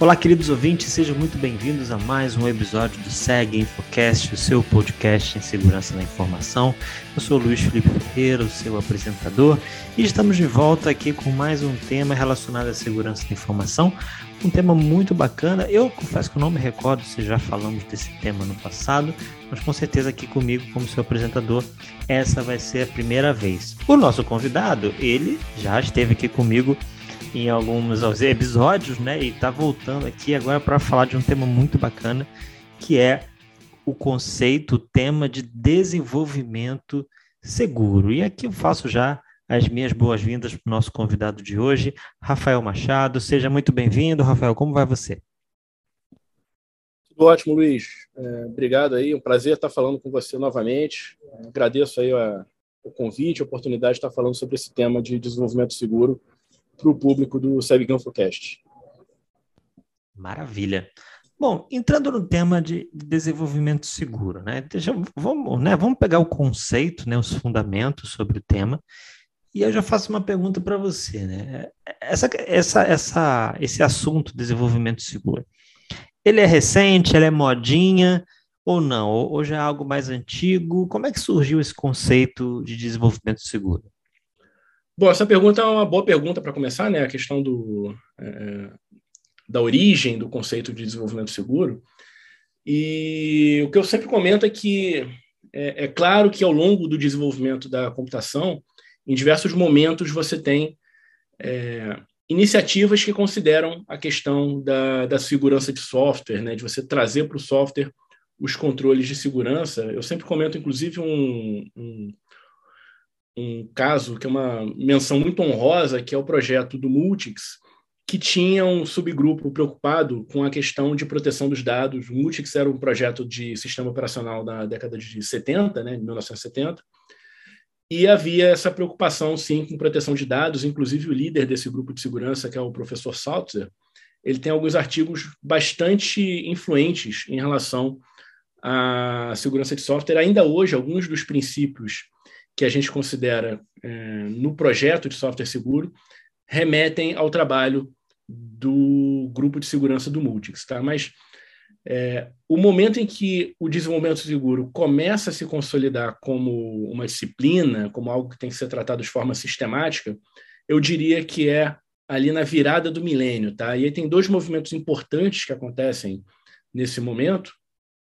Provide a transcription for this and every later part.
Olá, queridos ouvintes, sejam muito bem-vindos a mais um episódio do SEG Infocast, o seu podcast em segurança da informação. Eu sou o Luiz Felipe Ferreira, o seu apresentador, e estamos de volta aqui com mais um tema relacionado à segurança da informação, um tema muito bacana. Eu confesso que eu não me recordo se já falamos desse tema no passado, mas com certeza aqui comigo, como seu apresentador, essa vai ser a primeira vez. O nosso convidado, ele já esteve aqui comigo em alguns episódios, né? E tá voltando aqui agora para falar de um tema muito bacana, que é o conceito, o tema de desenvolvimento seguro. E aqui eu faço já as minhas boas-vindas para o nosso convidado de hoje, Rafael Machado. Seja muito bem-vindo, Rafael. Como vai você? Tudo ótimo, Luiz. Obrigado aí. Um prazer estar falando com você novamente. Agradeço aí o convite, a oportunidade de estar falando sobre esse tema de desenvolvimento seguro para o público do SEG Infocast. Maravilha. Bom, entrando no tema de desenvolvimento seguro, né? Vamos pegar o conceito, né, os fundamentos sobre o tema, e eu já faço uma pergunta para você, né? Esse assunto, desenvolvimento seguro, ele é recente, ele é modinha ou não? Ou já é algo mais antigo? Como é que surgiu esse conceito de desenvolvimento seguro? Bom, essa pergunta é uma boa pergunta para começar, né? A questão da origem do conceito de desenvolvimento seguro. E o que eu sempre comento é que é claro que ao longo do desenvolvimento da computação, em diversos momentos você tem iniciativas que consideram a questão da segurança de software, né? De você trazer para o software os controles de segurança. Eu sempre comento, inclusive, um caso que é uma menção muito honrosa, que é o projeto do Multics, que tinha um subgrupo preocupado com a questão de proteção dos dados. O Multics era um projeto de sistema operacional da década de 70, né, 1970, e havia essa preocupação, sim, com proteção de dados. Inclusive, o líder desse grupo de segurança, que é o professor Saltzer, ele tem alguns artigos bastante influentes em relação à segurança de software. Ainda hoje, alguns dos princípios que a gente considera no projeto de software seguro remetem ao trabalho do grupo de segurança do Multics. Tá? Mas o momento em que o desenvolvimento seguro começa a se consolidar como uma disciplina, como algo que tem que ser tratado de forma sistemática, eu diria que é ali na virada do milênio. Tá? E aí tem dois movimentos importantes que acontecem nesse momento.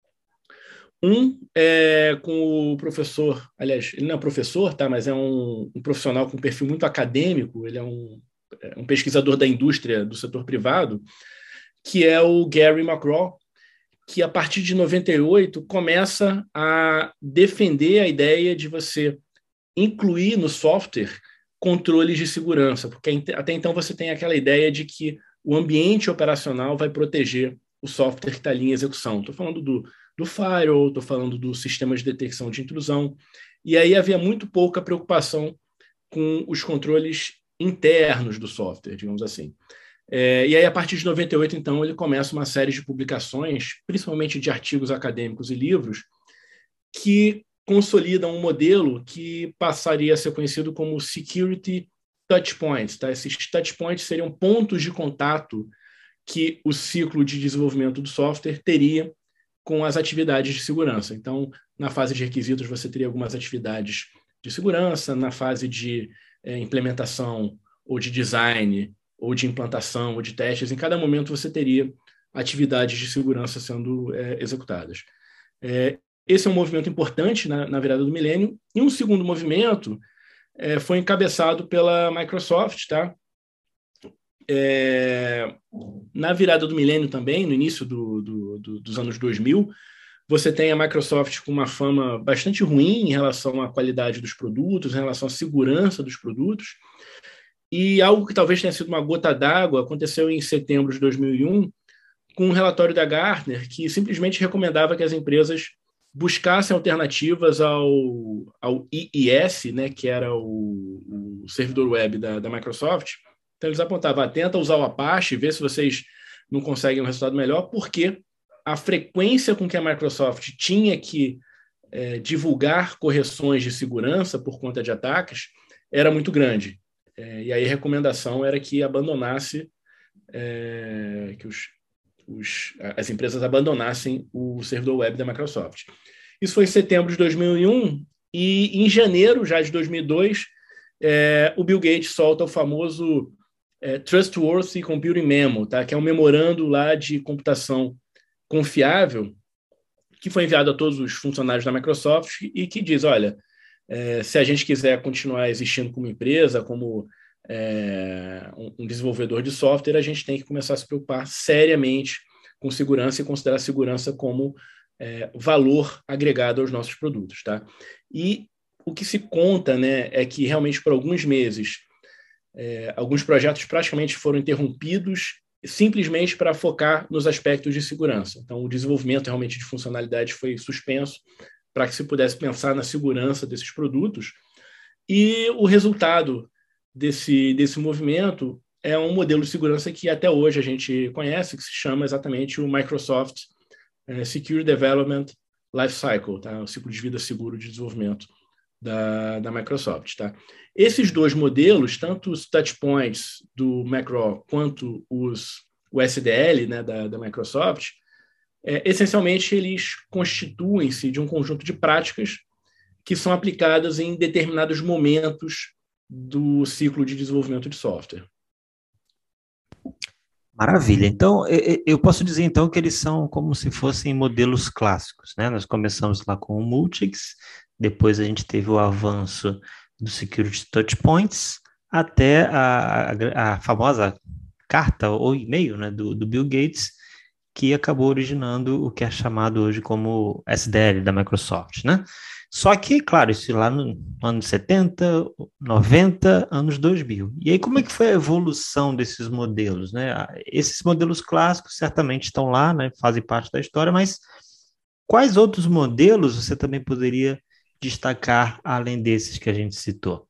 Um é com o professor, aliás, ele não é professor, tá? Mas é um profissional com um perfil muito acadêmico, ele é um pesquisador da indústria do setor privado, que é o Gary McGraw, que a partir de 98 começa a defender a ideia de você incluir no software controles de segurança, porque até então você tem aquela ideia de que o ambiente operacional vai proteger o software que está ali em execução. Estou falando do firewall, estou falando do sistema de detecção de intrusão, e aí havia muito pouca preocupação com os controles internos do software, digamos assim. E aí, a partir de 98, então, ele começa uma série de publicações, principalmente de artigos acadêmicos e livros, que consolidam um modelo que passaria a ser conhecido como Security Touchpoints. Tá? Esses touchpoints seriam pontos de contato que o ciclo de desenvolvimento do software teria com as atividades de segurança. Então, na fase de requisitos, você teria algumas atividades de segurança, na fase de implementação ou de design, ou de implantação, ou de testes, em cada momento você teria atividades de segurança sendo executadas. Esse é um movimento importante na virada do milênio. E um segundo movimento foi encabeçado pela Microsoft, tá? Na virada do milênio também, no início dos anos 2000, você tem a Microsoft com uma fama bastante ruim em relação à qualidade dos produtos, em relação à segurança dos produtos, e algo que talvez tenha sido uma gota d'água aconteceu em setembro de 2001, com um relatório da Gartner que simplesmente recomendava que as empresas buscassem alternativas ao IIS, né, que era o servidor web da Microsoft. Então, eles apontavam, tenta usar o Apache, vê se vocês não conseguem um resultado melhor, porque a frequência com que a Microsoft tinha que divulgar correções de segurança por conta de ataques era muito grande. E aí a recomendação era que abandonasse, que as empresas abandonassem o servidor web da Microsoft. Isso foi em setembro de 2001 e em janeiro já de 2002, o Bill Gates solta o famoso Trustworthy Computing Memo, tá? Que é um memorando lá de computação confiável que foi enviado a todos os funcionários da Microsoft e que diz, olha, se a gente quiser continuar existindo como empresa, como um desenvolvedor de software, a gente tem que começar a se preocupar seriamente com segurança e considerar a segurança como valor agregado aos nossos produtos. Tá? E o que se conta, né, é que realmente por alguns meses alguns projetos praticamente foram interrompidos simplesmente para focar nos aspectos de segurança. Então, o desenvolvimento realmente de funcionalidades foi suspenso para que se pudesse pensar na segurança desses produtos. E o resultado desse movimento é um modelo de segurança que até hoje a gente conhece, que se chama exatamente o Microsoft Secure Development Lifecycle, tá? O ciclo de vida seguro de desenvolvimento da Microsoft. Tá? Esses dois modelos, tanto os touchpoints do Macro quanto o SDL, né, da Microsoft, essencialmente eles constituem-se de um conjunto de práticas que são aplicadas em determinados momentos do ciclo de desenvolvimento de software. Maravilha. Então, eu posso dizer então que eles são como se fossem modelos clássicos, né? Nós começamos lá com o Multics, depois a gente teve o avanço do Security Touchpoints, até a famosa carta ou e-mail, né, do Bill Gates, que acabou originando o que é chamado hoje como SDL da Microsoft, né? Só que, claro, isso lá no anos 70, 90, anos 2000. E aí, como é que foi a evolução desses modelos, né? Esses modelos clássicos certamente estão lá, né? Fazem parte da história, mas quais outros modelos você também poderia destacar além desses que a gente citou?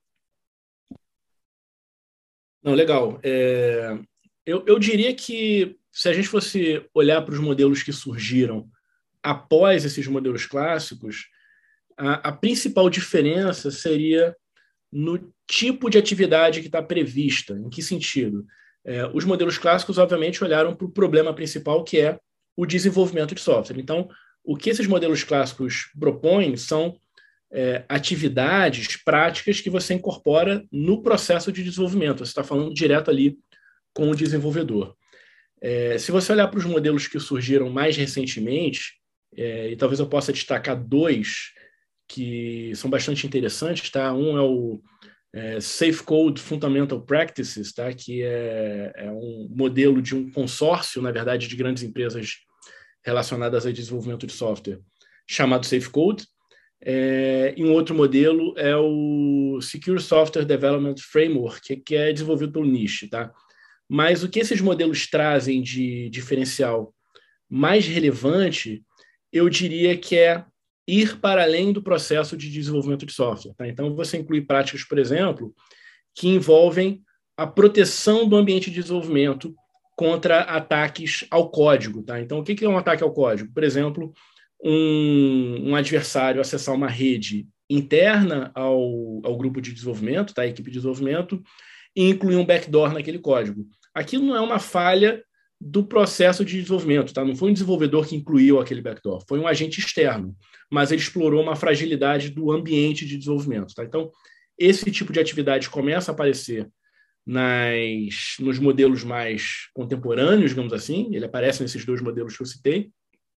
Não, legal. Eu diria que se a gente fosse olhar para os modelos que surgiram após esses modelos clássicos, a principal diferença seria no tipo de atividade que está prevista. Em que sentido? Os modelos clássicos, obviamente, olharam para o problema principal, que é o desenvolvimento de software. Então, o que esses modelos clássicos propõem são atividades, práticas que você incorpora no processo de desenvolvimento. Você está falando direto ali com o desenvolvedor. Se você olhar para os modelos que surgiram mais recentemente, e talvez eu possa destacar dois que são bastante interessantes, tá? Um é o Safe Code Fundamental Practices, tá? Que é um modelo de um consórcio, na verdade, de grandes empresas relacionadas a desenvolvimento de software, chamado Safe Code. E um outro modelo é o Secure Software Development Framework, que é desenvolvido pelo NIST, tá? Mas o que esses modelos trazem de diferencial mais relevante, eu diria que é ir para além do processo de desenvolvimento de software. Tá? Então, você inclui práticas, por exemplo, que envolvem a proteção do ambiente de desenvolvimento contra ataques ao código. Tá? Então, o que é um ataque ao código? Por exemplo, um adversário acessar uma rede interna ao grupo de desenvolvimento, tá? A equipe de desenvolvimento, e incluir um backdoor naquele código. Aquilo não é uma falha do processo de desenvolvimento, tá? Não foi um desenvolvedor que incluiu aquele backdoor, foi um agente externo, mas ele explorou uma fragilidade do ambiente de desenvolvimento, tá? Então, esse tipo de atividade começa a aparecer nos modelos mais contemporâneos, digamos assim, ele aparece nesses dois modelos que eu citei.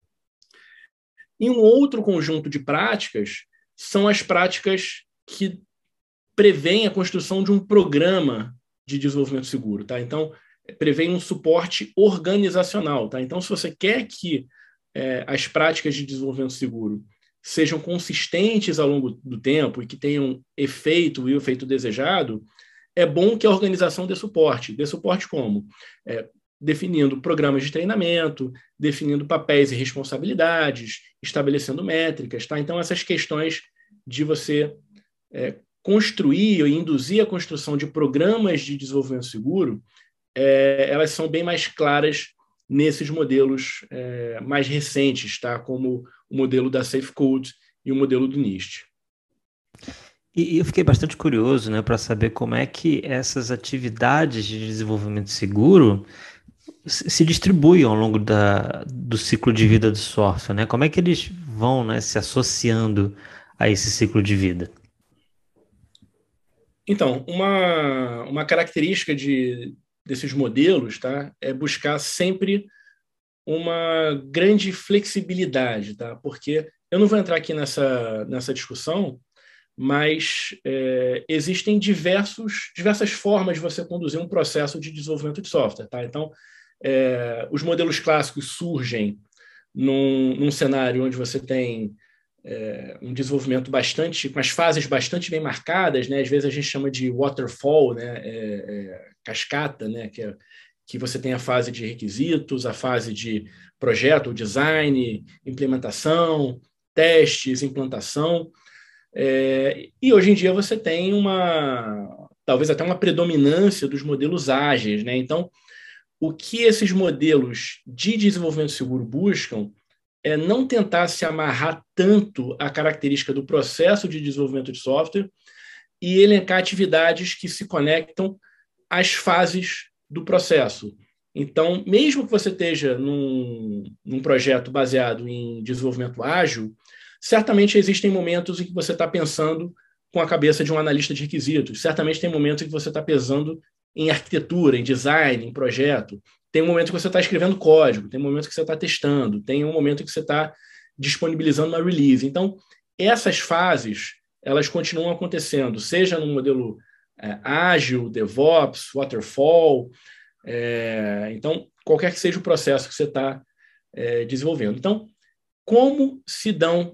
E um outro conjunto de práticas são as práticas que prevêem a construção de um programa de desenvolvimento seguro, tá? Então, prevê um suporte organizacional, tá? Então, se você quer que as práticas de desenvolvimento seguro sejam consistentes ao longo do tempo e que tenham efeito e o efeito desejado, é bom que a organização dê suporte. Dê suporte como? Definindo programas de treinamento, definindo papéis e responsabilidades, estabelecendo métricas, tá? Então, essas questões de você construir e induzir a construção de programas de desenvolvimento seguro, elas são bem mais claras nesses modelos mais recentes, tá? Como o modelo da Safe Code e o modelo do NIST. E eu fiquei bastante curioso, né, para saber como é que essas atividades de desenvolvimento seguro se distribuem ao longo do ciclo de vida do software, né? Como é que eles vão, né, se associando a esse ciclo de vida? Então, uma característica desses modelos, tá, é buscar sempre uma grande flexibilidade, tá? Porque eu não vou entrar aqui nessa discussão, mas existem diversas formas de você conduzir um processo de desenvolvimento de software, tá? Então, os modelos clássicos surgem num cenário onde você tem um desenvolvimento com as fases bastante bem marcadas, né? Às vezes a gente chama de waterfall, né? Cascata, né? Que você tem a fase de requisitos, a fase de projeto, design, implementação, testes, implantação. E hoje em dia você tem talvez até uma predominância dos modelos ágeis, né? Então, o que esses modelos de desenvolvimento seguro buscam é não tentar se amarrar tanto à característica do processo de desenvolvimento de software e elencar atividades que se conectam às fases do processo. Então, mesmo que você esteja num projeto baseado em desenvolvimento ágil, certamente existem momentos em que você está pensando com a cabeça de um analista de requisitos. Certamente tem momentos em que você está pensando em arquitetura, em design, em projeto. Tem um momento que você está escrevendo código, tem um momento que você está testando, tem um momento que você está disponibilizando uma release. Então, essas fases, elas continuam acontecendo, seja no modelo ágil, DevOps, Waterfall. Então, qualquer que seja o processo que você está desenvolvendo. Então, como se dão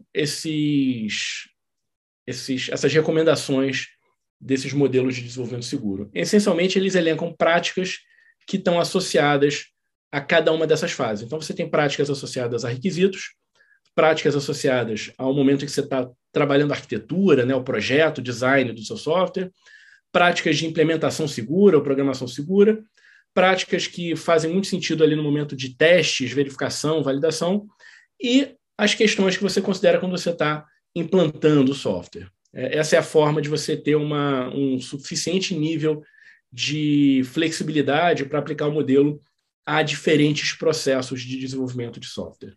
essas recomendações desses modelos de desenvolvimento seguro? Essencialmente, eles elencam práticas que estão associadas a cada uma dessas fases. Então, você tem práticas associadas a requisitos, práticas associadas ao momento em que você está trabalhando a arquitetura, né, o projeto, o design do seu software, práticas de implementação segura ou programação segura, práticas que fazem muito sentido ali no momento de testes, verificação, validação, e as questões que você considera quando você está implantando o software. Essa é a forma de você ter um suficiente nível de flexibilidade para aplicar o modelo a diferentes processos de desenvolvimento de software.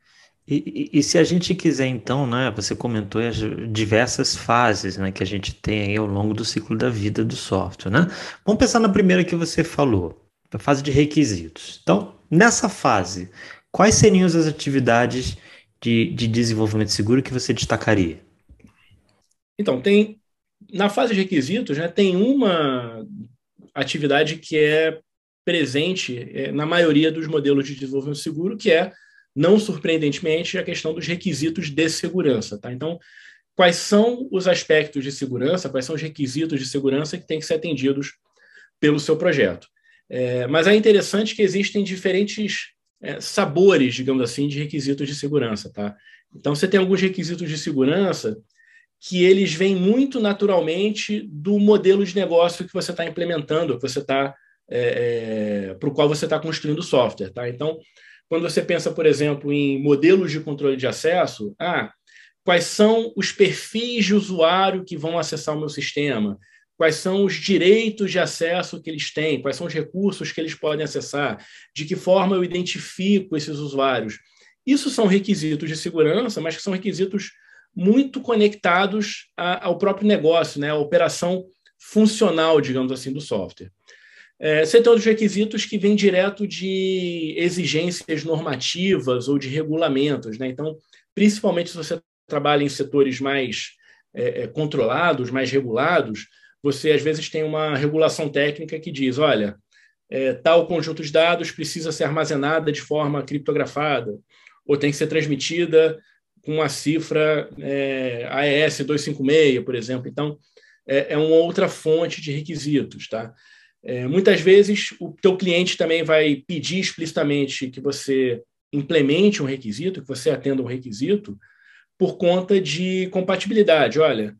E se a gente quiser, então, né? Você comentou as diversas fases, né, que a gente tem aí ao longo do ciclo da vida do software, né? Vamos pensar na primeira que você falou, a fase de requisitos. Então, nessa fase, quais seriam as atividades de desenvolvimento seguro que você destacaria? Então, na fase de requisitos, né, tem uma atividade que é presente na maioria dos modelos de desenvolvimento seguro, que é, não surpreendentemente, a questão dos requisitos de segurança. Tá? Então, quais são os aspectos de segurança, quais são os requisitos de segurança que têm que ser atendidos pelo seu projeto? Mas é interessante que existem diferentes sabores, digamos assim, de requisitos de segurança. Tá? Então, você tem alguns requisitos de segurança que eles vêm muito naturalmente do modelo de negócio que você está implementando, que você está para o qual você está construindo software. Tá? Então, quando você pensa, por exemplo, em modelos de controle de acesso, quais são os perfis de usuário que vão acessar o meu sistema? Quais são os direitos de acesso que eles têm? Quais são os recursos que eles podem acessar? De que forma eu identifico esses usuários? Isso são requisitos de segurança, mas que são requisitos muito conectados ao próprio negócio, né? A operação funcional, digamos assim, do software. Você tem outros requisitos que vêm direto de exigências normativas ou de regulamentos, né? Então, principalmente se você trabalha em setores mais controlados, mais regulados, você às vezes tem uma regulação técnica que diz, olha, tal conjunto de dados precisa ser armazenada de forma criptografada, ou tem que ser transmitida com a cifra AES 256, por exemplo. Então, é uma outra fonte de requisitos, tá? Muitas vezes, o teu cliente também vai pedir explicitamente que você implemente um requisito, que você atenda um requisito, por conta de compatibilidade. Olha,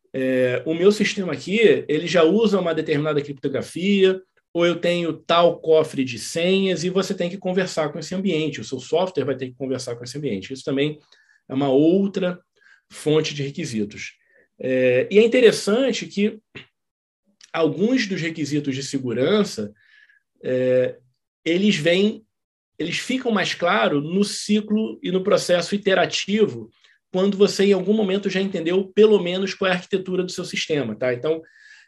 o meu sistema aqui, ele já usa uma determinada criptografia, ou eu tenho tal cofre de senhas, e você tem que conversar com esse ambiente, o seu software vai ter que conversar com esse ambiente. Isso também é uma outra fonte de requisitos. E é interessante que alguns dos requisitos de segurança, eles vêm eles ficam mais claros no ciclo e no processo iterativo, quando você, em algum momento, já entendeu, pelo menos, qual é a arquitetura do seu sistema. Tá? Então,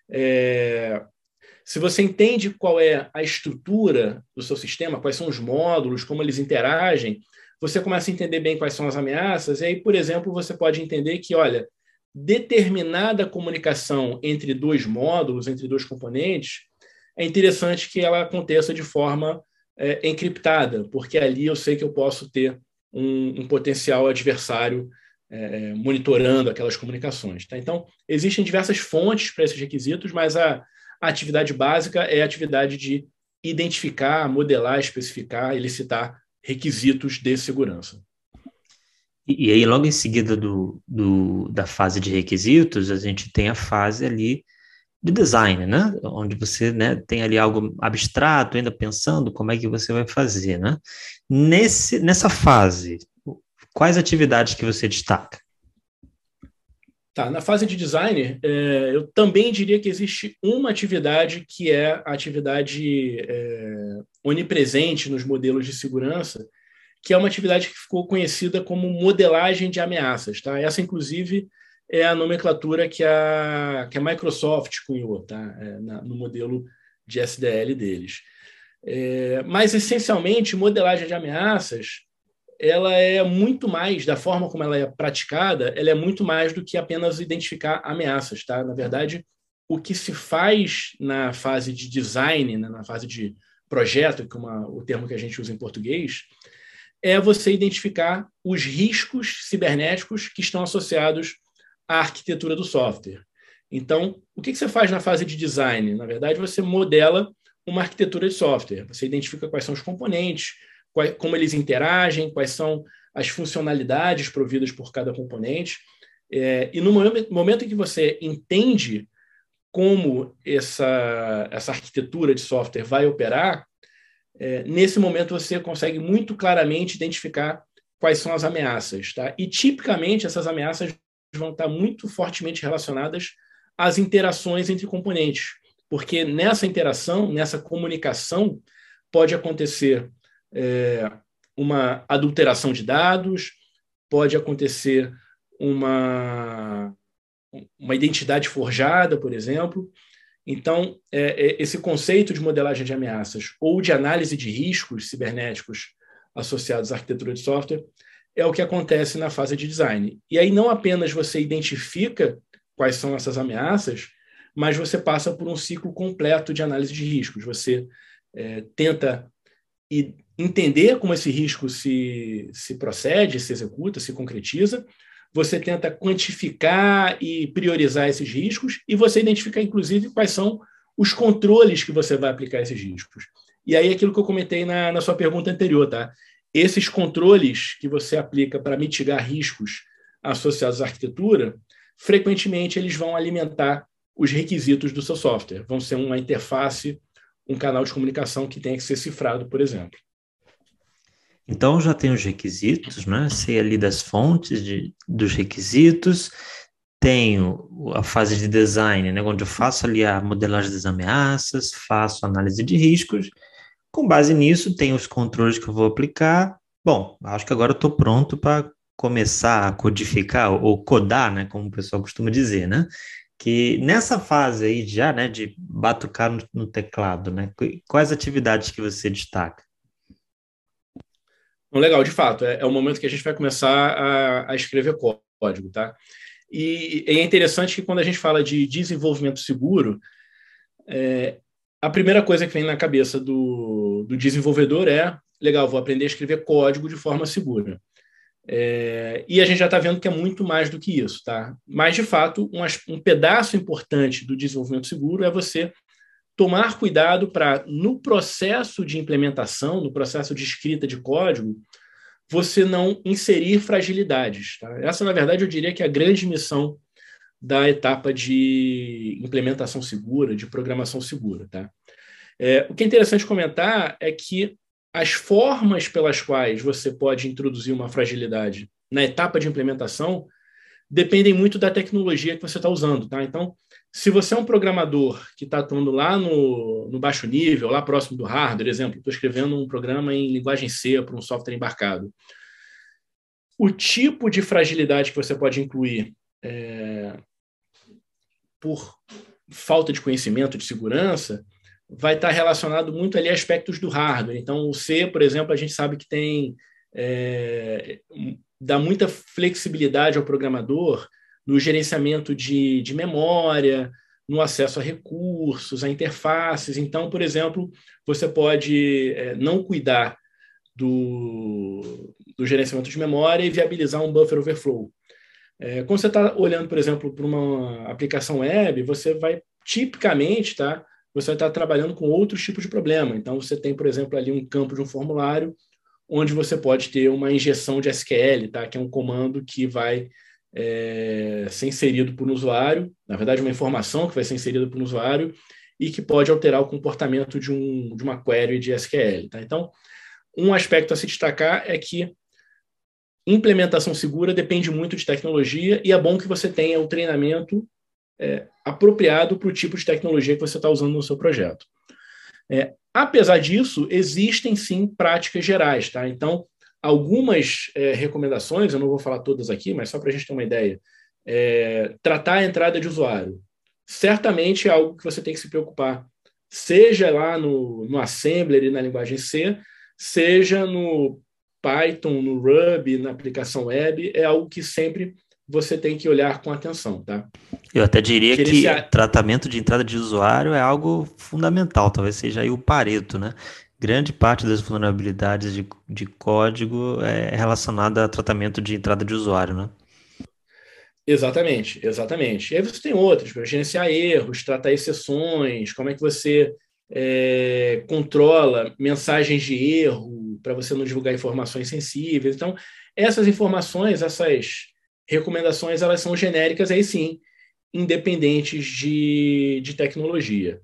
se você entende qual é a estrutura do seu sistema, quais são os módulos, como eles interagem, você começa a entender bem quais são as ameaças, e aí, por exemplo, você pode entender que, olha, determinada comunicação entre dois módulos, entre dois componentes, é interessante que ela aconteça de forma encriptada, porque ali eu sei que eu posso ter um potencial adversário monitorando aquelas comunicações. Tá? Então, existem diversas fontes para esses requisitos, mas a atividade básica é a atividade de identificar, modelar, especificar, elicitar requisitos de segurança. E aí, logo em seguida da fase de requisitos, a gente tem a fase ali de design, né? Onde você, né, tem ali algo abstrato, ainda pensando como é que você vai fazer, né? Nessa fase, quais atividades que você destaca? Tá, na fase de design, eu também diria que existe uma atividade que é a atividade onipresente nos modelos de segurança, que é uma atividade que ficou conhecida como modelagem de ameaças. Tá? Essa, inclusive, é a nomenclatura que a Microsoft cunhou, tá? No modelo de SDL deles. Mas, essencialmente, modelagem de ameaças ela é muito mais, da forma como ela é praticada, ela é muito mais do que apenas identificar ameaças. Tá? Na verdade, o que se faz na fase de design, né, na fase de projeto, que é o termo que a gente usa em português, é você identificar os riscos cibernéticos que estão associados à arquitetura do software. Então, o que você faz na fase de design? Na verdade, você modela uma arquitetura de software. Você identifica quais são os componentes, como eles interagem, quais são as funcionalidades providas por cada componente. E no momento em que você entende como essa arquitetura de software vai operar, nesse momento você consegue muito claramente identificar quais são as ameaças. Tá? E, tipicamente, essas ameaças vão estar muito fortemente relacionadas às interações entre componentes, porque nessa interação, nessa comunicação, pode acontecer uma adulteração de dados, pode acontecer uma identidade forjada, por exemplo. Então, esse conceito de modelagem de ameaças ou de análise de riscos cibernéticos associados à arquitetura de software é o que acontece na fase de design. E aí não apenas você identifica quais são essas ameaças, mas você passa por um ciclo completo de análise de riscos. Você tenta entender como esse risco se procede, se executa, se concretiza. Você tenta quantificar e priorizar esses riscos e você identifica, inclusive, quais são os controles que você vai aplicar a esses riscos. E aí, aquilo que eu comentei na sua pergunta anterior, tá? Esses controles que você aplica para mitigar riscos associados à arquitetura, frequentemente eles vão alimentar os requisitos do seu software. Vão ser uma interface, um canal de comunicação que tenha que ser cifrado, por exemplo. Então, já tenho os requisitos, né? Sei ali das fontes dos requisitos, tenho a fase de design, né? Onde eu faço ali a modelagem das ameaças, faço análise de riscos. Com base nisso, tenho os controles que eu vou aplicar. Bom, acho que agora eu estou pronto para começar a codificar ou codar, né? Como o pessoal costuma dizer, né? Que nessa fase aí já, né? De batucar no teclado, né? Quais atividades que você destaca? Legal, de fato, é o momento que a gente vai começar a escrever código, tá? E é interessante que quando a gente fala de desenvolvimento seguro, a primeira coisa que vem na cabeça do desenvolvedor legal, vou aprender a escrever código de forma segura. E a gente já está vendo que é muito mais do que isso, tá? Mas, de fato, um pedaço importante do desenvolvimento seguro é você tomar cuidado para, no processo de implementação, no processo de escrita de código, você não inserir fragilidades. Tá? Essa, na verdade, eu diria que é a grande missão da etapa de implementação segura, de programação segura. Tá? O que é interessante comentar é que as formas pelas quais você pode introduzir uma fragilidade na etapa de implementação dependem muito da tecnologia que você está usando. Tá? Então, Se você é um programador que está atuando lá no baixo nível, lá próximo do hardware, exemplo, estou escrevendo um programa em linguagem C para um software embarcado, o tipo de fragilidade que você pode incluir por falta de conhecimento de segurança vai estar relacionado muito ali a aspectos do hardware. Então, o C, por exemplo, a gente sabe que tem dá muita flexibilidade ao programador no gerenciamento de memória, no acesso a recursos, a interfaces. Então, por exemplo, você pode não cuidar do gerenciamento de memória e viabilizar um buffer overflow. Quando você está olhando, por exemplo, para uma aplicação web, você vai tipicamente, tá? Você vai estar trabalhando com outros tipos de problema. Então, você tem, por exemplo, ali um campo de um formulário onde você pode ter uma injeção de SQL, tá? Que é um comando que vai ser inserido por um usuário, na verdade, uma informação que vai ser inserida por um usuário e que pode alterar o comportamento de uma query de SQL. Tá? Então, um aspecto a se destacar é que implementação segura depende muito de tecnologia e é bom que você tenha o treinamento apropriado para o tipo de tecnologia que você está usando no seu projeto. Apesar disso, existem sim práticas gerais. Tá? Então, algumas recomendações, eu não vou falar todas aqui, mas só para a gente ter uma ideia. Tratar a entrada de usuário. Certamente é algo que você tem que se preocupar, seja lá no Assembler e na linguagem C, seja no Python, no Ruby, na aplicação web, é algo que sempre você tem que olhar com atenção. Tá? Eu até diria que tratamento de entrada de usuário é algo fundamental, talvez seja aí o Pareto, né? Grande parte das vulnerabilidades de código é relacionada a tratamento de entrada de usuário, né? Exatamente, exatamente. E aí você tem outros, para gerenciar erros, tratar exceções, como é que você controla mensagens de erro para você não divulgar informações sensíveis. Então, essas informações, essas recomendações, elas são genéricas, aí sim, independentes de tecnologia.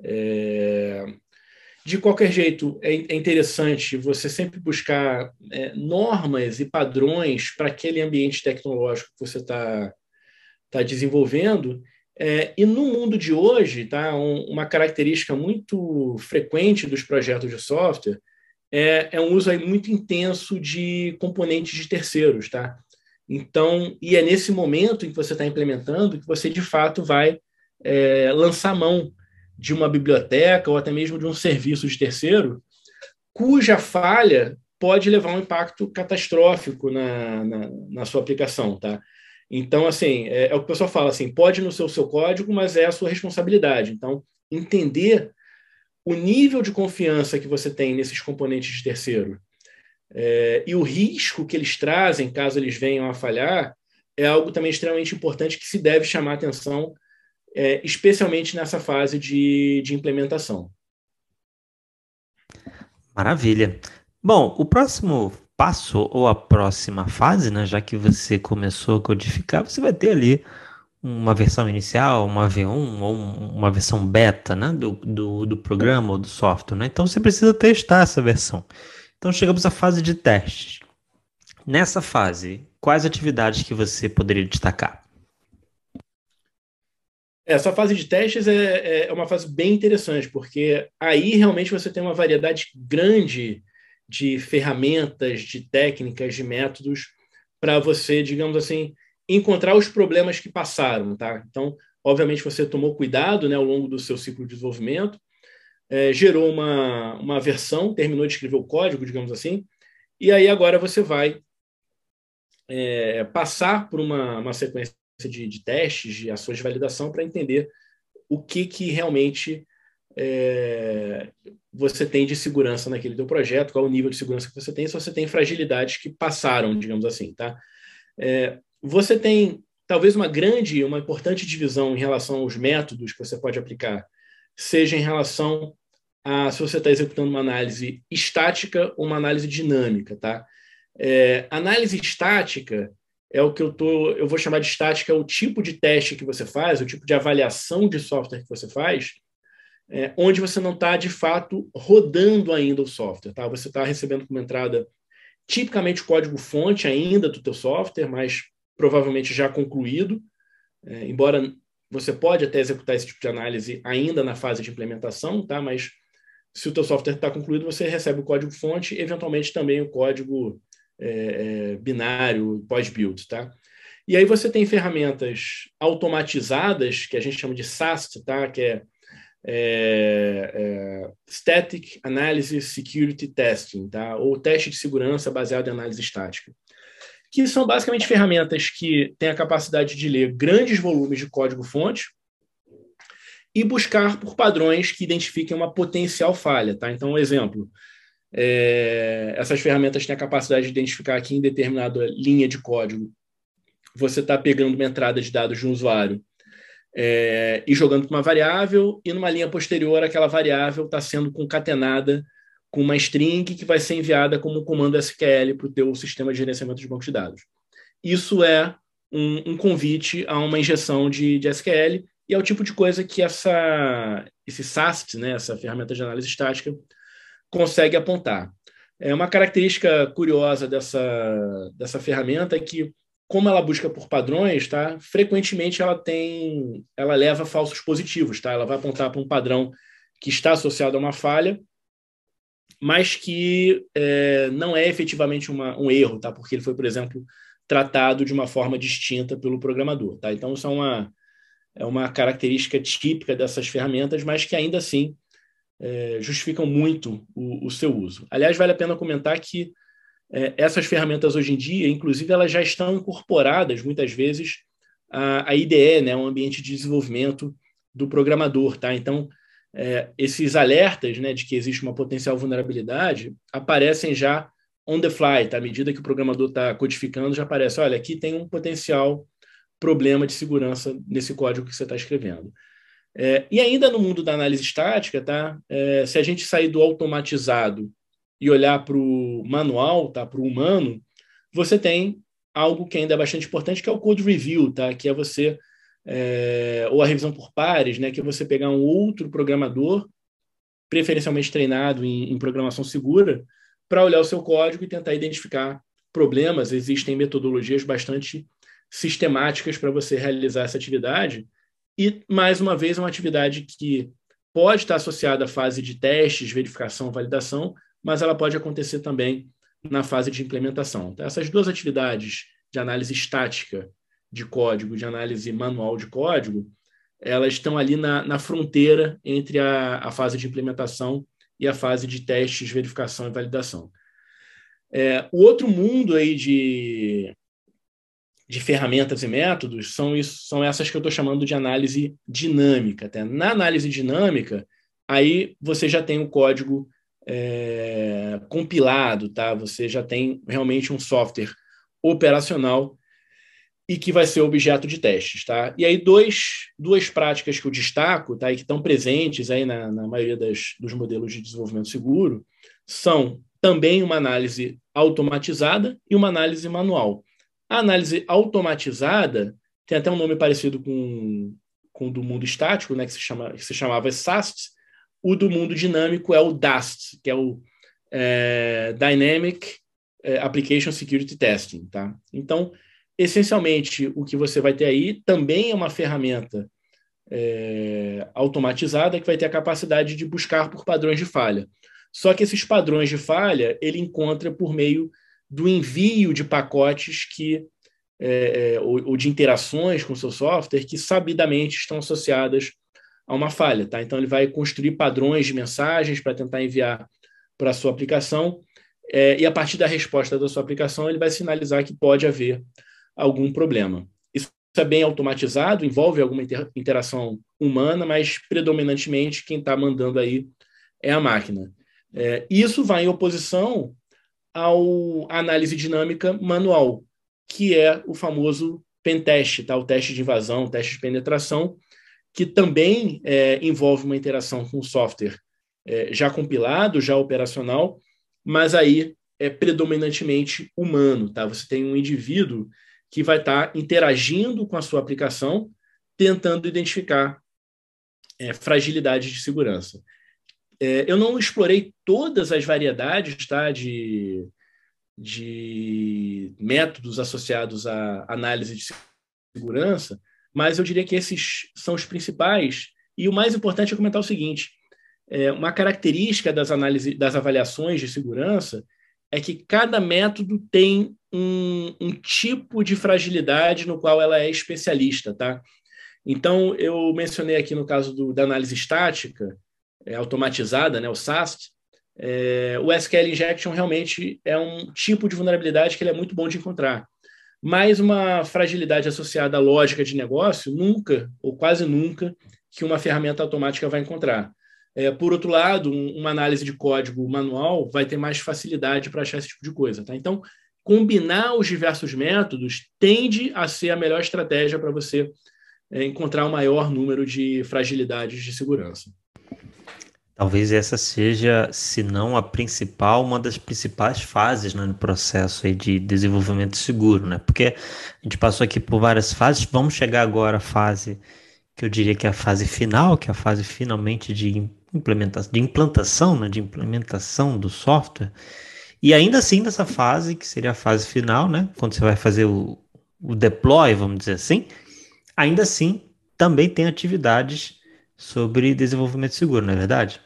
De qualquer jeito, é interessante você sempre buscar normas e padrões para aquele ambiente tecnológico que você está desenvolvendo. E no mundo de hoje, tá, uma característica muito frequente dos projetos de software é um uso aí muito intenso de componentes de terceiros. Tá? Então, e é nesse momento em que você está implementando que você, de fato, vai lançar mão de uma biblioteca ou até mesmo de um serviço de terceiro, cuja falha pode levar a um impacto catastrófico na sua aplicação. Tá? Então, assim, é o que o pessoal fala, assim, pode não ser o seu código, mas é a sua responsabilidade. Então, entender o nível de confiança que você tem nesses componentes de terceiro e o risco que eles trazem caso eles venham a falhar é algo também extremamente importante que se deve chamar atenção, especialmente nessa fase de implementação. Maravilha. Bom, o próximo passo ou a próxima fase, né, já que você começou a codificar, você vai ter ali uma versão inicial, uma V1 ou uma versão beta, né, do programa ou do software, né? Então você precisa testar essa versão. Então chegamos à fase de testes. Nessa fase, quais atividades que você poderia destacar? Essa fase de testes é uma fase bem interessante, porque aí realmente você tem uma variedade grande de ferramentas, de técnicas, de métodos para você, digamos assim, encontrar os problemas que passaram. Tá? Então, obviamente, você tomou cuidado, né, ao longo do seu ciclo de desenvolvimento, gerou uma versão, terminou de escrever o código, digamos assim, e aí agora você vai passar por uma sequência de testes, de ações de validação para entender o que realmente você tem de segurança naquele teu projeto, qual o nível de segurança que você tem, se você tem fragilidades que passaram, digamos assim. Tá? Você tem talvez uma importante divisão em relação aos métodos que você pode aplicar, seja em relação a se você está executando uma análise estática ou uma análise dinâmica. Tá? Análise estática é o que eu vou chamar de estática, é o tipo de teste que você faz, o tipo de avaliação de software que você faz, onde você não está, de fato, rodando ainda o software. Tá? Você está recebendo como entrada, tipicamente, o código-fonte ainda do teu software, mas provavelmente já concluído, embora você pode até executar esse tipo de análise ainda na fase de implementação, tá? Mas se o teu software está concluído, você recebe o código-fonte, eventualmente também o código binário pós-build, tá? E aí você tem ferramentas automatizadas, que a gente chama de SAST, tá? Que é Static Analysis Security Testing, tá? Ou teste de segurança baseado em análise estática, que são basicamente ferramentas que têm a capacidade de ler grandes volumes de código-fonte e buscar por padrões que identifiquem uma potencial falha, tá? Então, um exemplo, essas ferramentas têm a capacidade de identificar que em determinada linha de código você está pegando uma entrada de dados de um usuário e jogando para uma variável, e numa linha posterior aquela variável está sendo concatenada com uma string que vai ser enviada como um comando SQL para o teu sistema de gerenciamento de banco de dados. Isso é um convite a uma injeção de SQL, e é o tipo de coisa que esse SAST, né, essa ferramenta de análise estática, consegue apontar. Uma característica curiosa dessa ferramenta é que, como ela busca por padrões, tá, frequentemente ela leva falsos positivos. Tá? Ela vai apontar para um padrão que está associado a uma falha, mas que não é efetivamente um erro, tá? Porque ele foi, por exemplo, tratado de uma forma distinta pelo programador. Tá? Então, isso é uma característica típica dessas ferramentas, mas que ainda assim justificam muito o seu uso. Aliás, vale a pena comentar que essas ferramentas hoje em dia, inclusive, elas já estão incorporadas, muitas vezes, à IDE, né, um ambiente de desenvolvimento do programador. Tá? Então, esses alertas, né, de que existe uma potencial vulnerabilidade aparecem já on the fly. Tá? À medida que o programador está codificando, já aparece, olha, aqui tem um potencial problema de segurança nesse código que você está escrevendo. E ainda no mundo da análise estática, tá? Se a gente sair do automatizado e olhar para o manual, tá? Para o humano, você tem algo que ainda é bastante importante, que é o code review, tá? Que é você, ou a revisão por pares, né? Que é você pegar um outro programador, preferencialmente treinado em programação segura, para olhar o seu código e tentar identificar problemas. Existem metodologias bastante sistemáticas para você realizar essa atividade. E, mais uma vez, é uma atividade que pode estar associada à fase de testes, verificação, validação, mas ela pode acontecer também na fase de implementação. Então, essas duas atividades de análise estática de código, de análise manual de código, elas estão ali na fronteira entre a fase de implementação e a fase de testes, verificação e validação. O outro mundo aí de ferramentas e métodos são essas que eu estou chamando de análise dinâmica. Tá? Na análise dinâmica, aí você já tem o código compilado, tá? Você já tem realmente um software operacional e que vai ser objeto de testes. Tá? E aí duas práticas que eu destaco, tá? E que estão presentes aí na maioria dos modelos de desenvolvimento seguro são também uma análise automatizada e uma análise manual. A análise automatizada tem até um nome parecido com o do mundo estático, né, que se chamava SAST. O do mundo dinâmico é o DAST, que é o Dynamic Application Security Testing. Tá? Então, essencialmente, o que você vai ter aí também é uma ferramenta automatizada que vai ter a capacidade de buscar por padrões de falha. Só que esses padrões de falha ele encontra por meio do envio de pacotes ou de interações com o seu software que sabidamente estão associadas a uma falha. Tá? Então, ele vai construir padrões de mensagens para tentar enviar para a sua aplicação e, a partir da resposta da sua aplicação, ele vai sinalizar que pode haver algum problema. Isso é bem automatizado, envolve alguma interação humana, mas, predominantemente, quem está mandando aí é a máquina. Isso vai em oposição à análise dinâmica manual, que é o famoso pentest, tá? O teste de invasão, o teste de penetração, que também envolve uma interação com o software já compilado, já operacional, mas aí é predominantemente humano. Tá? Você tem um indivíduo que vai estar interagindo com a sua aplicação, tentando identificar fragilidades de segurança. Eu não explorei todas as variedades, tá, de métodos associados à análise de segurança, mas eu diria que esses são os principais. E o mais importante é comentar o seguinte: uma característica das avaliações de segurança é que cada método tem um tipo de fragilidade no qual ela é especialista, tá? Então, eu mencionei aqui no caso da análise estática, automatizada, né, o SAST, o SQL Injection realmente é um tipo de vulnerabilidade que ele é muito bom de encontrar. Mas uma fragilidade associada à lógica de negócio, nunca, ou quase nunca, que uma ferramenta automática vai encontrar. Por outro lado, uma análise de código manual vai ter mais facilidade para achar esse tipo de coisa. Tá? Então, combinar os diversos métodos tende a ser a melhor estratégia para você encontrar o maior número de fragilidades de segurança. Talvez essa seja, se não a principal, uma das principais fases, né, no processo aí de desenvolvimento seguro, né? Porque a gente passou aqui por várias fases, vamos chegar agora à fase que eu diria que é a fase final, que é a fase finalmente de implantação, né, de implementação do software. E ainda assim, nessa fase, que seria a fase final, né, quando você vai fazer o deploy, vamos dizer assim, ainda assim, também tem atividades sobre desenvolvimento seguro, não é verdade?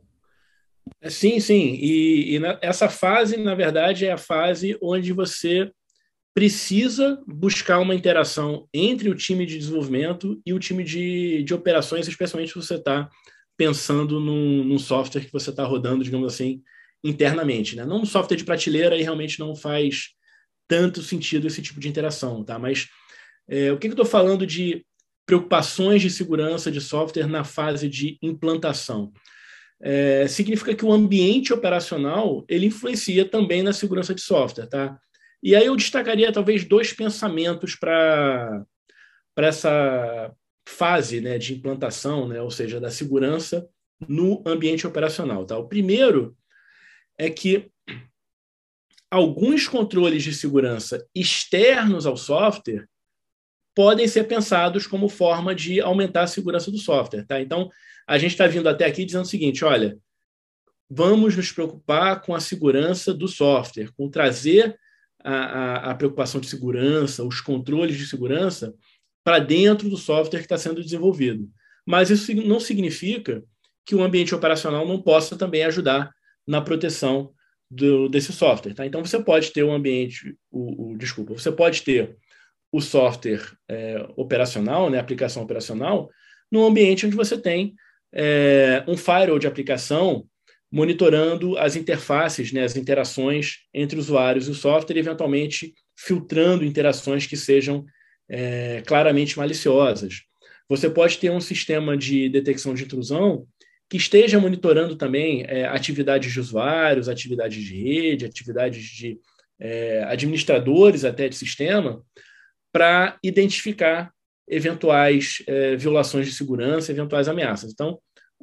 Sim, sim. E essa fase, na verdade, é a fase onde você precisa buscar uma interação entre o time de desenvolvimento e o time de operações, especialmente se você está pensando num software que você está rodando, digamos assim, internamente. Né? Não um software de prateleira, e realmente não faz tanto sentido esse tipo de interação. Tá? Mas o que eu estou falando de preocupações de segurança de software na fase de implantação? Significa que o ambiente operacional ele influencia também na segurança de software, tá? E aí eu destacaria talvez dois pensamentos para essa fase, né, de implantação, né, ou seja, da segurança no ambiente operacional, tá? O primeiro é que alguns controles de segurança externos ao software podem ser pensados como forma de aumentar a segurança do software, tá? Então, a gente está vindo até aqui dizendo o seguinte, olha, vamos nos preocupar com a segurança do software, com trazer a preocupação de segurança, os controles de segurança para dentro do software que está sendo desenvolvido. Mas isso não significa que o ambiente operacional não possa também ajudar na proteção desse software. Tá? Então, você pode ter você pode ter o software operacional, né, aplicação operacional, num ambiente onde você tem um firewall de aplicação monitorando as interfaces, né, as interações entre usuários e o software, e eventualmente filtrando interações que sejam claramente maliciosas. Você pode ter um sistema de detecção de intrusão que esteja monitorando também atividades de usuários, atividades de rede, atividades de administradores até de sistema, para identificar eventuais violações de segurança, eventuais ameaças. Então,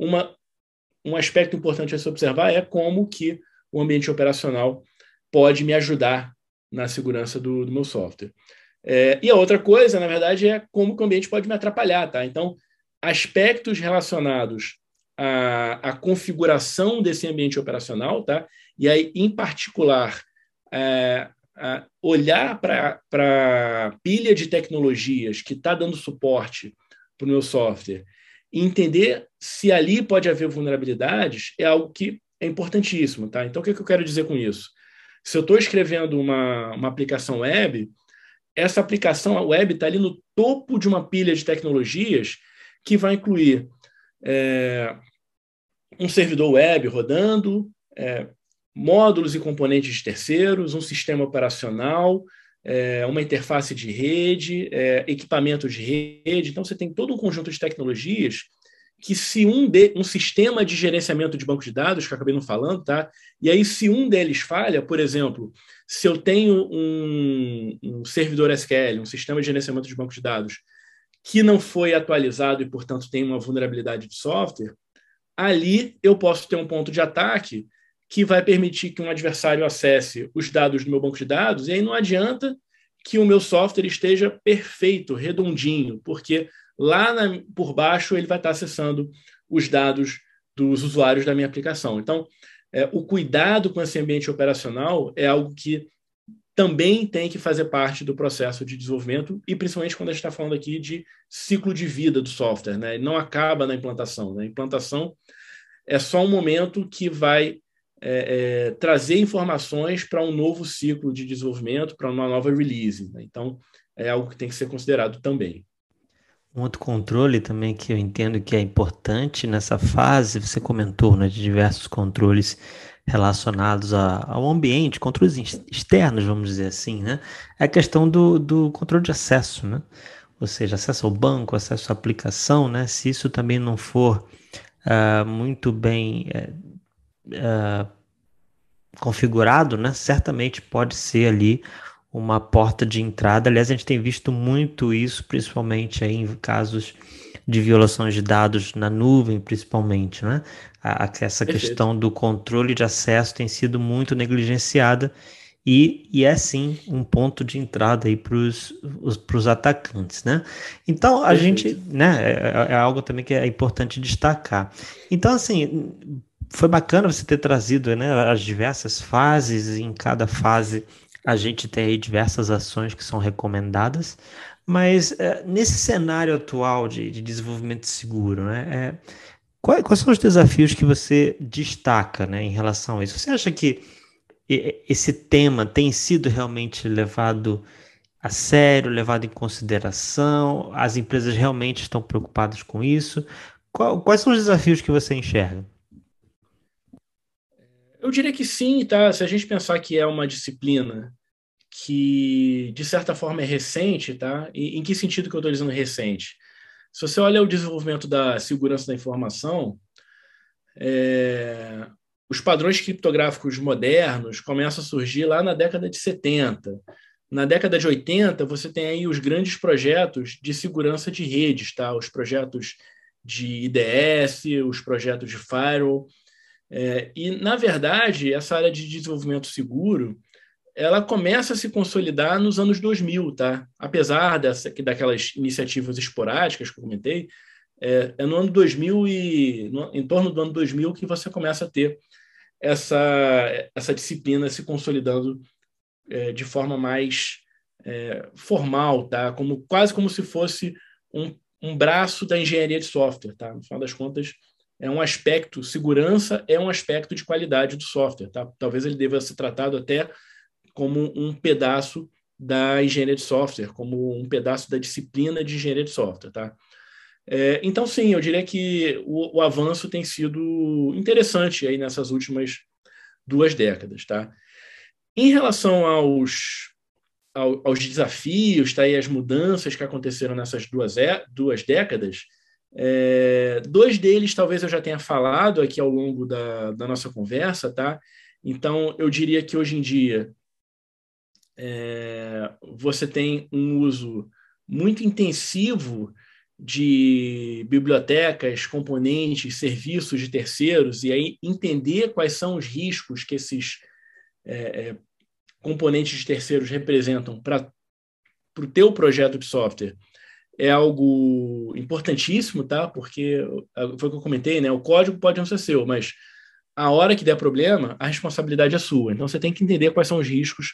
um aspecto importante a se observar é como que o ambiente operacional pode me ajudar na segurança do meu software. E a outra coisa, na verdade, é como que o ambiente pode me atrapalhar. Tá? Então, aspectos relacionados à configuração desse ambiente operacional, tá? E aí, em particular, olhar para a pilha de tecnologias que está dando suporte para o meu software e entender se ali pode haver vulnerabilidades é algo que é importantíssimo. Tá? Então, o que eu quero dizer com isso? Se eu estou escrevendo uma aplicação web, essa aplicação web está ali no topo de uma pilha de tecnologias que vai incluir um servidor web rodando, módulos e componentes de terceiros, um sistema operacional, uma interface de rede, equipamentos de rede. Então, você tem todo um conjunto de tecnologias que se um sistema de gerenciamento de banco de dados, que eu acabei não falando, tá? E aí, se um deles falha, por exemplo, se eu tenho um servidor SQL, um sistema de gerenciamento de banco de dados, que não foi atualizado e, portanto, tem uma vulnerabilidade de software, ali eu posso ter um ponto de ataque que vai permitir que um adversário acesse os dados do meu banco de dados, e aí não adianta que o meu software esteja perfeito, redondinho, porque lá por baixo ele vai estar acessando os dados dos usuários da minha aplicação. Então, o cuidado com esse ambiente operacional é algo que também tem que fazer parte do processo de desenvolvimento, e principalmente quando a gente está falando aqui de ciclo de vida do software, né? Ele não acaba na implantação, né? A implantação é só um momento que vai trazer informações para um novo ciclo de desenvolvimento, para uma nova release, né? Então, é algo que tem que ser considerado também. Um outro controle também que eu entendo que é importante nessa fase, você comentou, né, de diversos controles relacionados ao ambiente, controles externos, vamos dizer assim, né? É a questão do controle de acesso, né? Ou seja, acesso ao banco, acesso à aplicação, né? Se isso também não for muito bem configurado, né? Certamente pode ser ali uma porta de entrada. Aliás, a gente tem visto muito isso, principalmente aí em casos de violações de dados na nuvem, principalmente, né? Essa Perfeito. questão do controle de acesso tem sido muito negligenciada e é sim um ponto de entrada aí para os atacantes, né? Então a gente, Perfeito. né, é algo também que é importante destacar. Então, assim, foi bacana você ter trazido, né, as diversas fases, e em cada fase a gente tem aí diversas ações que são recomendadas, mas nesse cenário atual de desenvolvimento seguro, né, quais são os desafios que você destaca, né, em relação a isso? Você acha que esse tema tem sido realmente levado a sério, levado em consideração? As empresas realmente estão preocupadas com isso? Quais são os desafios que você enxerga? Eu diria que sim, tá? Se a gente pensar que é uma disciplina que, de certa forma, é recente, tá? E em que sentido que eu estou dizendo recente? Se você olha o desenvolvimento da segurança da informação, é, os padrões criptográficos modernos começam a surgir lá na década de 70. Na década de 80, você tem aí os grandes projetos de segurança de redes, tá? Os projetos de IDS, os projetos de firewall. E, na verdade, essa área de desenvolvimento seguro ela começa a se consolidar nos anos 2000, tá? Apesar daquelas iniciativas esporádicas que eu comentei, no ano 2000 em torno do ano 2000 que você começa a ter essa, essa disciplina se consolidando de forma mais formal, tá? Quase como se fosse um braço da engenharia de software, tá? No final das contas, é um aspecto, segurança é um aspecto de qualidade do software, tá? Talvez ele deva ser tratado até como um pedaço da engenharia de software, como um pedaço da disciplina de engenharia de software, tá? Então, sim, eu diria que o avanço tem sido interessante aí nessas últimas 2 décadas, tá? Em relação aos desafios, tá? E as mudanças que aconteceram nessas 2 décadas, 2 deles talvez eu já tenha falado aqui ao longo da nossa conversa, tá? Então, eu diria que hoje em dia você tem um uso muito intensivo de bibliotecas, componentes, serviços de terceiros, e aí entender quais são os riscos que esses componentes de terceiros representam para o teu projeto de software é algo importantíssimo, tá? Porque foi o que eu comentei, né? O código pode não ser seu, mas a hora que der problema, a responsabilidade é sua. Então você tem que entender quais são os riscos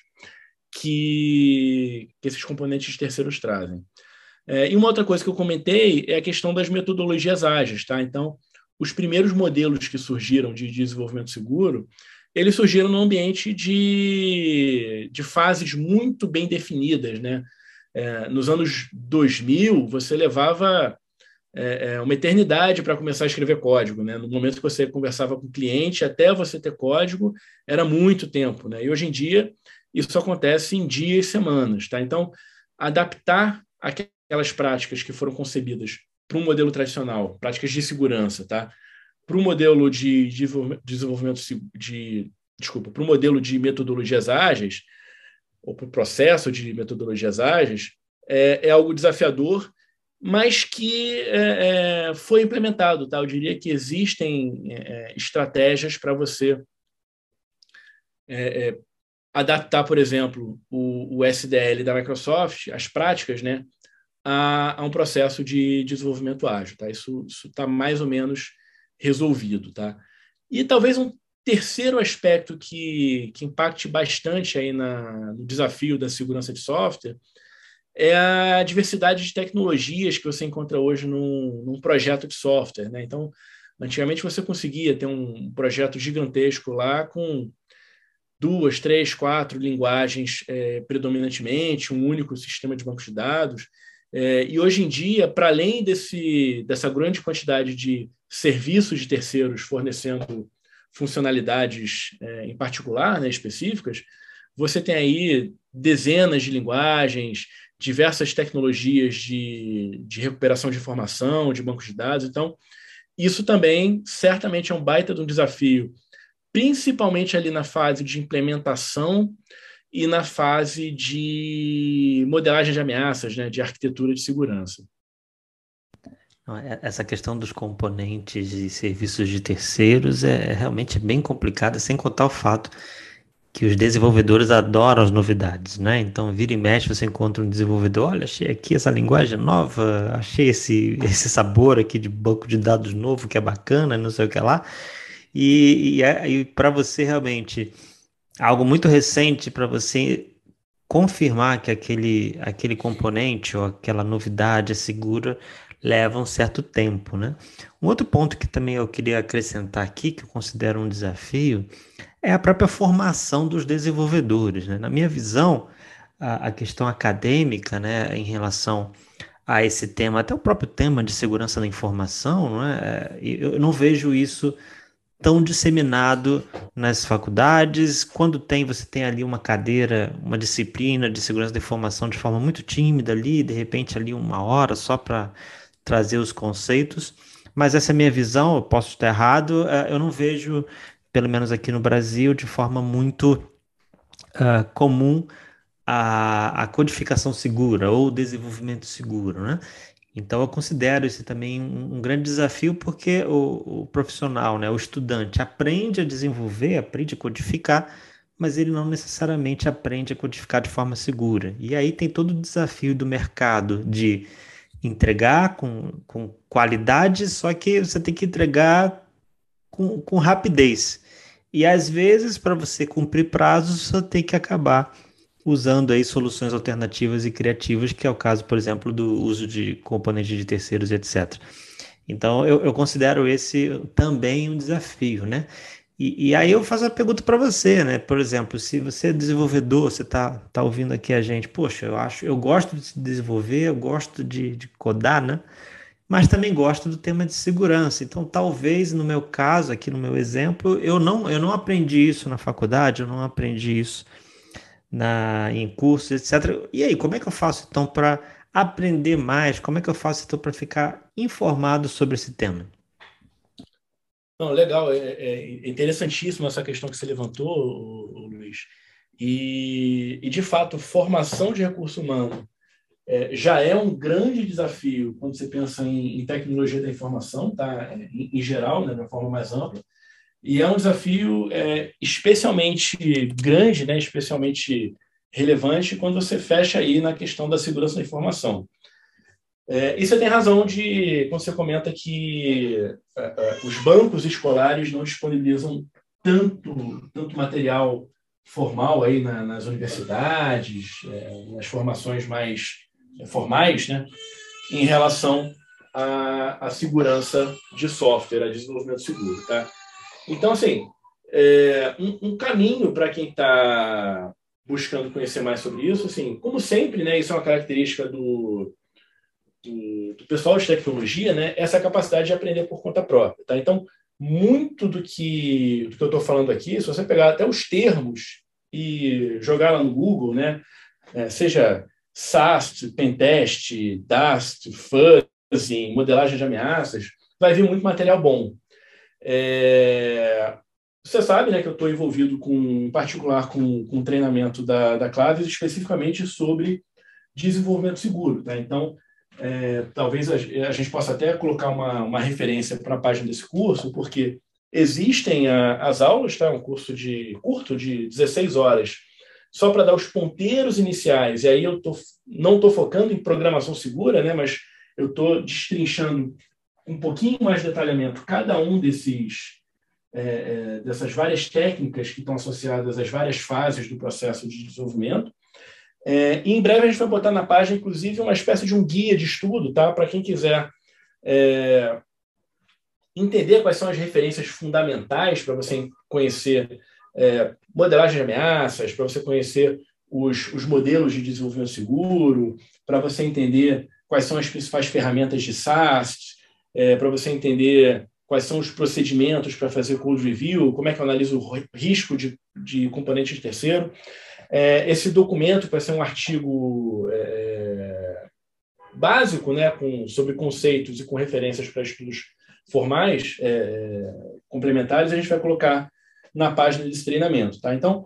que esses componentes de terceiros trazem. E uma outra coisa que eu comentei é a questão das metodologias ágeis, tá? Então, os primeiros modelos que surgiram de desenvolvimento seguro, eles surgiram num ambiente de fases muito bem definidas, né? Nos anos 2000, você levava uma eternidade para começar a escrever código, né? No momento que você conversava com o cliente, até você ter código, era muito tempo, né? E hoje em dia, isso acontece em dias e semanas, tá? Então, adaptar aquelas práticas que foram concebidas para um modelo tradicional, práticas de segurança, tá? Para um modelo de desenvolvimento desculpa, para um modelo de metodologias ágeis, ou para o processo de metodologias ágeis, é algo desafiador, mas que foi implementado. Tá? Eu diria que existem estratégias para você adaptar, por exemplo, o SDL da Microsoft, as práticas, né, a um processo de desenvolvimento ágil. Tá? Isso está mais ou menos resolvido. Tá? E talvez terceiro aspecto que impacte bastante aí no desafio da segurança de software é a diversidade de tecnologias que você encontra hoje num projeto de software, né? Então, antigamente você conseguia ter um projeto gigantesco lá com 2, 3, 4 linguagens predominantemente, um único sistema de banco de dados. E hoje em dia, para além dessa grande quantidade de serviços de terceiros fornecendo funcionalidades em particular, né, específicas, você tem aí dezenas de linguagens, diversas tecnologias de recuperação de informação, de bancos de dados. Então, isso também certamente é um baita de um desafio, principalmente ali na fase de implementação e na fase de modelagem de ameaças, né, de arquitetura de segurança. Essa questão dos componentes e serviços de terceiros é realmente bem complicada, sem contar o fato que os desenvolvedores adoram as novidades, né? Então, vira e mexe, você encontra um desenvolvedor, olha, achei aqui essa linguagem nova, achei esse sabor aqui de banco de dados novo que é bacana, não sei o que lá. E para você realmente, algo muito recente para você confirmar que aquele componente ou aquela novidade é segura leva um certo tempo, né? Um outro ponto que também eu queria acrescentar aqui, que eu considero um desafio, é a própria formação dos desenvolvedores, né? Na minha visão, a questão acadêmica, né, em relação a esse tema, até o próprio tema de segurança da informação, né, eu não vejo isso tão disseminado nas faculdades. Quando tem, você tem ali uma cadeira, uma disciplina de segurança da informação de forma muito tímida ali, de repente ali 1 hora só para trazer os conceitos. Mas essa é a minha visão, eu posso estar errado, eu não vejo, pelo menos aqui no Brasil, de forma muito comum a codificação segura ou o desenvolvimento seguro, né? Então, eu considero isso também um grande desafio, porque o profissional, né, o estudante, aprende a desenvolver, aprende a codificar, mas ele não necessariamente aprende a codificar de forma segura. E aí tem todo o desafio do mercado de entregar com qualidade, só que você tem que entregar com rapidez. E às vezes, para você cumprir prazos, você tem que acabar usando aí soluções alternativas e criativas, que é o caso, por exemplo, do uso de componentes de terceiros, etc. Então, eu considero esse também um desafio, né? E aí eu faço a pergunta para você, né? Por exemplo, se você é desenvolvedor, você tá ouvindo aqui a gente, poxa, eu gosto de se desenvolver, eu gosto de codar, né? Mas também gosto do tema de segurança. Então, talvez no meu caso, aqui no meu exemplo, eu não aprendi isso na faculdade, eu não aprendi isso em cursos, etc. E aí, como é que eu faço então para aprender mais? Como é que eu faço então para ficar informado sobre esse tema? Não, legal, é interessantíssimo essa questão que você levantou, Luiz. De fato, formação de recurso humano já é um grande desafio quando você pensa em tecnologia da informação, tá? Em geral, né, de uma forma mais ampla. E é um desafio especialmente grande, né, especialmente relevante quando você fecha aí na questão da segurança da informação. E você tem razão quando você comenta que os bancos escolares não disponibilizam tanto material formal aí nas universidades, nas formações mais formais, né, em relação à segurança de software, a desenvolvimento seguro, tá? Então, assim, um caminho para quem está buscando conhecer mais sobre isso, assim, como sempre, né, isso é uma característica do pessoal de tecnologia, né, essa capacidade de aprender por conta própria, tá? Então, muito do que eu estou falando aqui, se você pegar até os termos e jogar lá no Google, né, seja SAST, Pentest, DAST, Fuzzing, modelagem de ameaças, vai vir muito material bom. Você sabe, né, que eu estou envolvido em particular com treinamento da Claves, especificamente sobre desenvolvimento seguro, tá? Então, talvez a gente possa até colocar uma referência para a página desse curso, porque existem as aulas, tá? Um curso curto de 16 horas, só para dar os ponteiros iniciais, e aí não estou focando em programação segura, né, mas eu estou destrinchando um pouquinho mais de detalhamento cada um dessas várias técnicas que estão associadas às várias fases do processo de desenvolvimento. E em breve a gente vai botar na página, inclusive, uma espécie de um guia de estudo, tá? Para quem quiser entender quais são as referências fundamentais para você conhecer modelagem de ameaças, para você conhecer os modelos de desenvolvimento seguro, para você entender quais são as principais ferramentas de SAST, para você entender quais são os procedimentos para fazer code review, como é que eu analiso o risco de componente de terceiro. Esse documento vai ser um artigo básico, né, sobre conceitos e com referências para estudos formais complementares, a gente vai colocar na página desse treinamento. Tá? Então,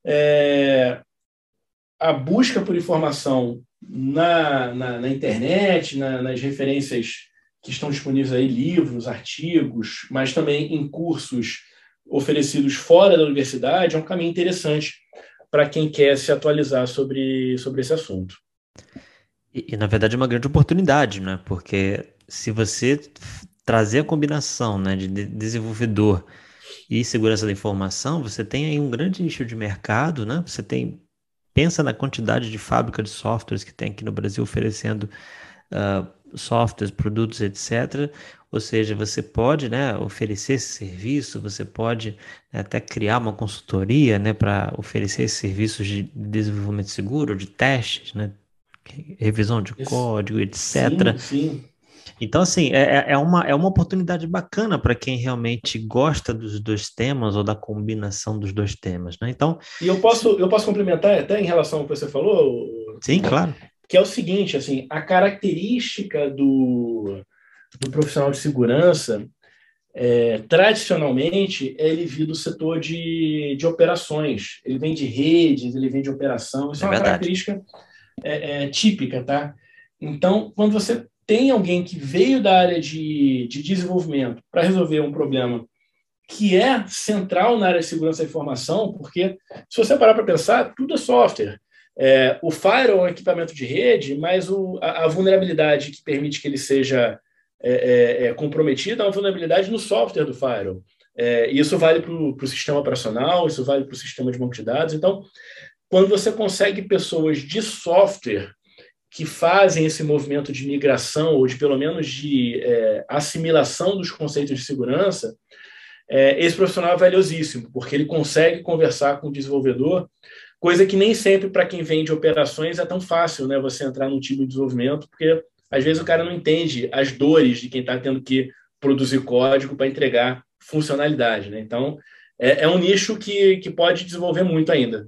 a busca por informação na internet, nas referências que estão disponíveis aí, livros, artigos, mas também em cursos oferecidos fora da universidade, é um caminho interessante para quem quer se atualizar sobre esse assunto. E, na verdade, é uma grande oportunidade, né? Porque se você trazer a combinação, né, de desenvolvedor e segurança da informação, você tem aí um grande nicho de mercado, né? Pensa na quantidade de fábrica de softwares que tem aqui no Brasil oferecendo softwares, produtos, etc. Ou seja, você pode, né, oferecer esse serviço, você pode, né, até criar uma consultoria, né, para oferecer esses serviços de desenvolvimento seguro, de testes, né, revisão de código, etc. Sim, sim. Então, assim, é uma oportunidade bacana para quem realmente gosta dos dois temas ou da combinação dos dois temas, né? Então, e eu posso complementar até em relação ao que você falou? Sim, claro. Que é o seguinte, assim, a característica do profissional de segurança, tradicionalmente, ele vem do setor de operações. Ele vem de redes, ele vem de operação. Isso é uma característica típica, tá? Então, quando você tem alguém que veio da área de desenvolvimento para resolver um problema que é central na área de segurança da informação, porque se você parar para pensar, tudo é software. O firewall é um equipamento de rede, mas a vulnerabilidade que permite que ele seja comprometido é uma vulnerabilidade no software do firewall. Isso vale para o sistema operacional, isso vale para o sistema de banco de dados. Então, quando você consegue pessoas de software que fazem esse movimento de migração ou de, pelo menos, de assimilação dos conceitos de segurança, esse profissional é valiosíssimo, porque ele consegue conversar com o desenvolvedor, coisa que nem sempre, para quem vem de operações, é tão fácil, né, você entrar no time de desenvolvimento, porque, às vezes, o cara não entende as dores de quem está tendo que produzir código para entregar funcionalidade. Né? Então, é um nicho que pode desenvolver muito ainda.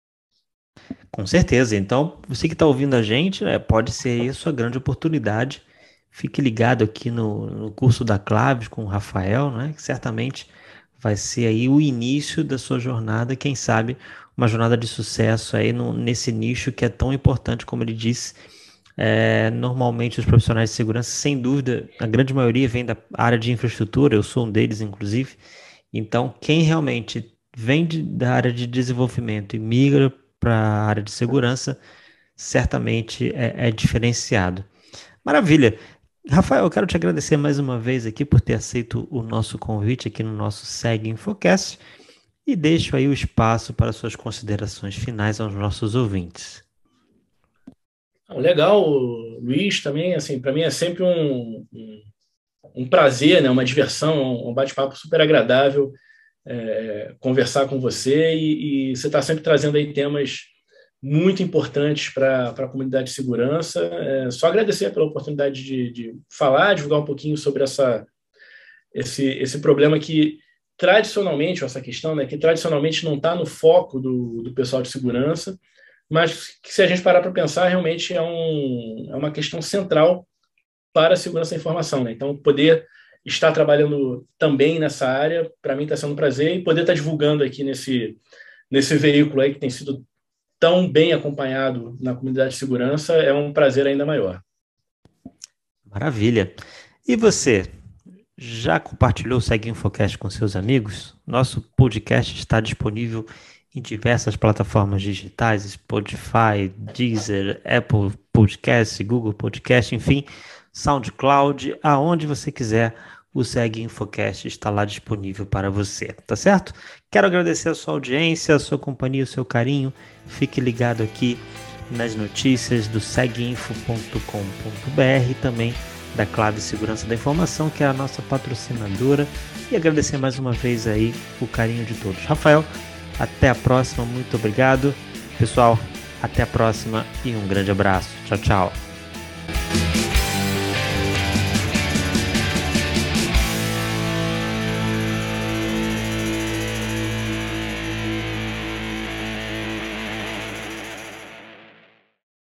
Com certeza. Então, você que está ouvindo a gente, pode ser aí a sua grande oportunidade. Fique ligado aqui no curso da Claves com o Rafael, né? Que certamente vai ser aí o início da sua jornada, quem sabe uma jornada de sucesso aí nesse nicho que é tão importante, como ele disse. Normalmente os profissionais de segurança, sem dúvida, a grande maioria vem da área de infraestrutura, eu sou um deles, inclusive. Então, quem realmente vem da área de desenvolvimento e migra para a área de segurança, certamente é diferenciado. Maravilha! Rafael, eu quero te agradecer mais uma vez aqui por ter aceito o nosso convite aqui no nosso Seg Infocast e deixo aí o espaço para suas considerações finais aos nossos ouvintes. Legal, Luiz, também, assim, para mim é sempre um prazer, né, uma diversão, um bate-papo super agradável conversar com você e você está sempre trazendo aí temas muito importantes para a comunidade de segurança. Só agradecer pela oportunidade de falar, divulgar um pouquinho sobre esse problema que tradicionalmente, essa questão, né, que tradicionalmente não está no foco do pessoal de segurança, mas que, se a gente parar para pensar, realmente é uma questão central para a segurança da informação. Né? Então, poder estar trabalhando também nessa área, para mim está sendo um prazer, e poder estar divulgando aqui nesse veículo aí que tem sido tão bem acompanhado na comunidade de segurança, é um prazer ainda maior. Maravilha. E você, já compartilhou o Seg Infocast com seus amigos? Nosso podcast está disponível em diversas plataformas digitais, Spotify, Deezer, Apple Podcast, Google Podcast, enfim, SoundCloud, aonde você quiser o Segue Infocast está lá disponível para você, tá certo? Quero agradecer a sua audiência, a sua companhia, o seu carinho. Fique ligado aqui nas notícias do seguinfo.com.br e também da Clave Segurança da Informação, que é a nossa patrocinadora. E agradecer mais uma vez aí o carinho de todos. Rafael, até a próxima, muito obrigado. Pessoal, até a próxima e um grande abraço. Tchau, tchau.